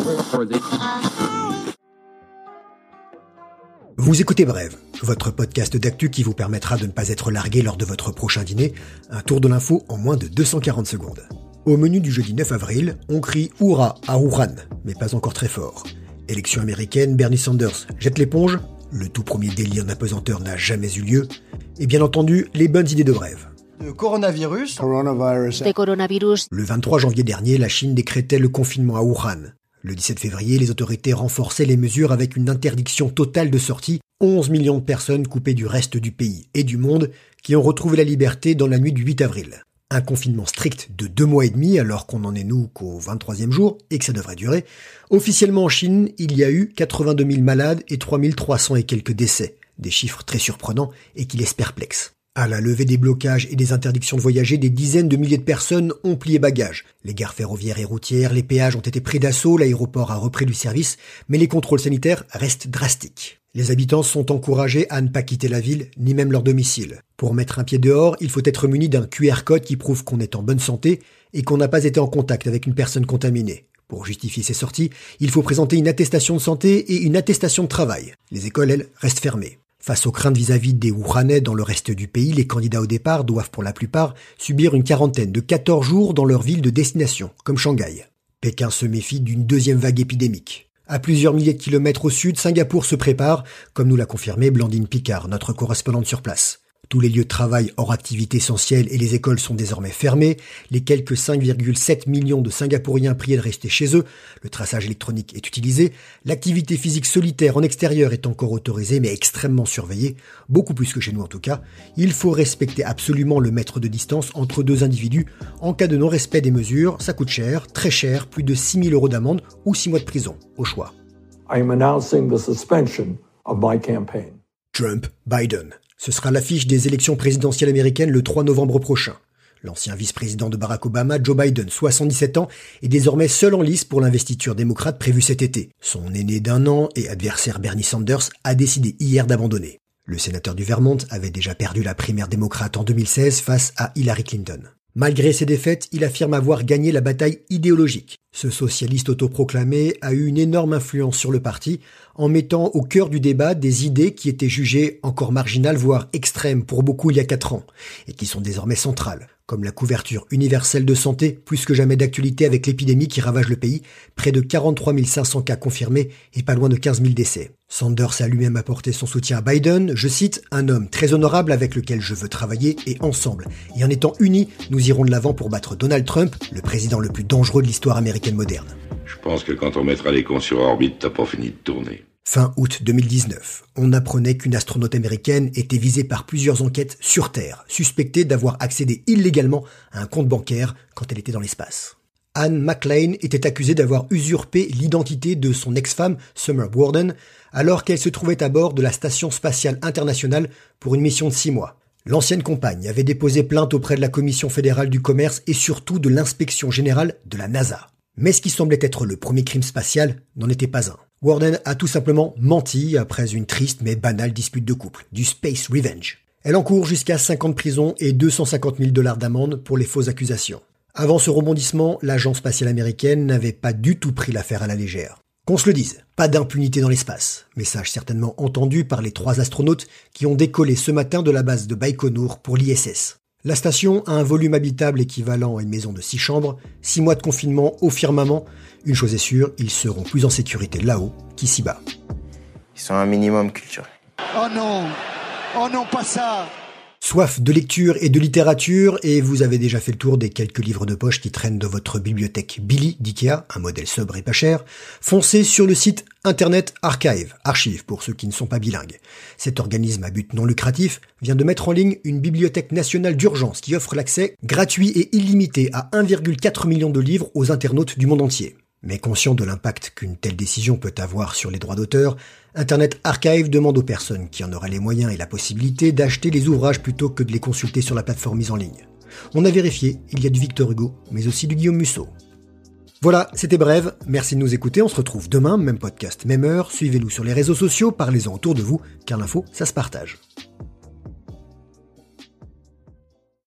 Vous écoutez Brève, votre podcast d'actu qui vous permettra de ne pas être largué lors de votre prochain dîner. Un tour de l'info en moins de 240 secondes. Au menu du jeudi 9 avril, on crie « Hourra » à Wuhan, mais pas encore très fort. Élection américaine, Bernie Sanders jette l'éponge. Le tout premier délire d'apesanteur n'a jamais eu lieu. Et bien entendu, les bonnes idées de Brève. De coronavirus. Le 23 janvier dernier, la Chine décrétait le confinement à Wuhan. Le 17 février, les autorités renforçaient les mesures avec une interdiction totale de sortie. 11 millions de personnes coupées du reste du pays et du monde qui ont retrouvé la liberté dans la nuit du 8 avril. Un confinement strict de 2 mois et demi alors qu'on n'en est nous qu'au 23e jour et que ça devrait durer. Officiellement en Chine, il y a eu 82 000 malades et 3 300 et quelques décès. Des chiffres très surprenants et qui laissent perplexes. À la levée des blocages et des interdictions de voyager, des dizaines de milliers de personnes ont plié bagages. Les gares ferroviaires et routières, les péages ont été pris d'assaut, l'aéroport a repris du service, mais les contrôles sanitaires restent drastiques. Les habitants sont encouragés à ne pas quitter la ville, ni même leur domicile. Pour mettre un pied dehors, il faut être muni d'un QR code qui prouve qu'on est en bonne santé et qu'on n'a pas été en contact avec une personne contaminée. Pour justifier ces sorties, il faut présenter une attestation de santé et une attestation de travail. Les écoles, elles, restent fermées. Face aux craintes vis-à-vis des Wuhanais dans le reste du pays, les candidats au départ doivent pour la plupart subir une quarantaine de 14 jours dans leur ville de destination, comme Shanghai. Pékin se méfie d'une deuxième vague épidémique. À plusieurs milliers de kilomètres au sud, Singapour se prépare, comme nous l'a confirmé Blandine Picard, notre correspondante sur place. Tous les lieux de travail hors activité essentielle et les écoles sont désormais fermés. Les quelques 5,7 millions de Singapouriens priés de rester chez eux. Le traçage électronique est utilisé. L'activité physique solitaire en extérieur est encore autorisée mais extrêmement surveillée. Beaucoup plus que chez nous en tout cas. Il faut respecter absolument le mètre de distance entre deux individus. En cas de non-respect des mesures, ça coûte cher, très cher, plus de 6 000 € d'amende ou 6 mois de prison, au choix. I am announcing the suspension of my campaign. Trump, Biden. Ce sera l'affiche des élections présidentielles américaines le 3 novembre prochain. L'ancien vice-président de Barack Obama, Joe Biden, 77 ans, est désormais seul en lice pour l'investiture démocrate prévue cet été. Son aîné d'1 an et adversaire Bernie Sanders a décidé hier d'abandonner. Le sénateur du Vermont avait déjà perdu la primaire démocrate en 2016 face à Hillary Clinton. Malgré ses défaites, il affirme avoir gagné la bataille idéologique. Ce socialiste autoproclamé a eu une énorme influence sur le parti en mettant au cœur du débat des idées qui étaient jugées encore marginales, voire extrêmes pour beaucoup il y a 4 ans, et qui sont désormais centrales, comme la couverture universelle de santé, plus que jamais d'actualité avec l'épidémie qui ravage le pays, près de 43 500 cas confirmés et pas loin de 15 000 décès. Sanders a lui-même apporté son soutien à Biden, je cite, « Un homme très honorable avec lequel je veux travailler et ensemble. Et en étant unis, nous irons de l'avant pour battre Donald Trump, le président le plus dangereux de l'histoire américaine moderne. » Je pense que quand on mettra les cons sur orbite, t'as pas fini de tourner. Fin août 2019, on apprenait qu'une astronaute américaine était visée par plusieurs enquêtes sur Terre, suspectée d'avoir accédé illégalement à un compte bancaire quand elle était dans l'espace. Anne McLean était accusée d'avoir usurpé l'identité de son ex-femme, Summer Warden, alors qu'elle se trouvait à bord de la Station spatiale internationale pour une mission de 6 mois. L'ancienne compagne avait déposé plainte auprès de la Commission fédérale du commerce et surtout de l'inspection générale de la NASA. Mais ce qui semblait être le premier crime spatial n'en était pas un. Warden a tout simplement menti après une triste mais banale dispute de couple, du Space Revenge. Elle encourt jusqu'à 5 ans de prison et 250 000 $ d'amende pour les fausses accusations. Avant ce rebondissement, l'agence spatiale américaine n'avait pas du tout pris l'affaire à la légère. Qu'on se le dise, pas d'impunité dans l'espace. Message certainement entendu par les 3 astronautes qui ont décollé ce matin de la base de Baïkonour pour l'ISS. La station a un volume habitable équivalent à une maison de 6 chambres, 6 mois de confinement au firmament. Une chose est sûre, ils seront plus en sécurité là-haut qu'ici-bas. Ils sont un minimum culturel. Oh non, pas ça. Soif de lecture et de littérature, et vous avez déjà fait le tour des quelques livres de poche qui traînent dans votre bibliothèque Billy d'Ikea, un modèle sobre et pas cher, foncez sur le site Internet Archive pour ceux qui ne sont pas bilingues. Cet organisme à but non lucratif vient de mettre en ligne une bibliothèque nationale d'urgence qui offre l'accès gratuit et illimité à 1,4 million de livres aux internautes du monde entier. Mais conscient de l'impact qu'une telle décision peut avoir sur les droits d'auteur, Internet Archive demande aux personnes qui en auraient les moyens et la possibilité d'acheter les ouvrages plutôt que de les consulter sur la plateforme mise en ligne. On a vérifié, il y a du Victor Hugo, mais aussi du Guillaume Musso. Voilà, c'était Brève, merci de nous écouter, on se retrouve demain, même podcast, même heure, suivez-nous sur les réseaux sociaux, parlez-en autour de vous, car l'info, ça se partage.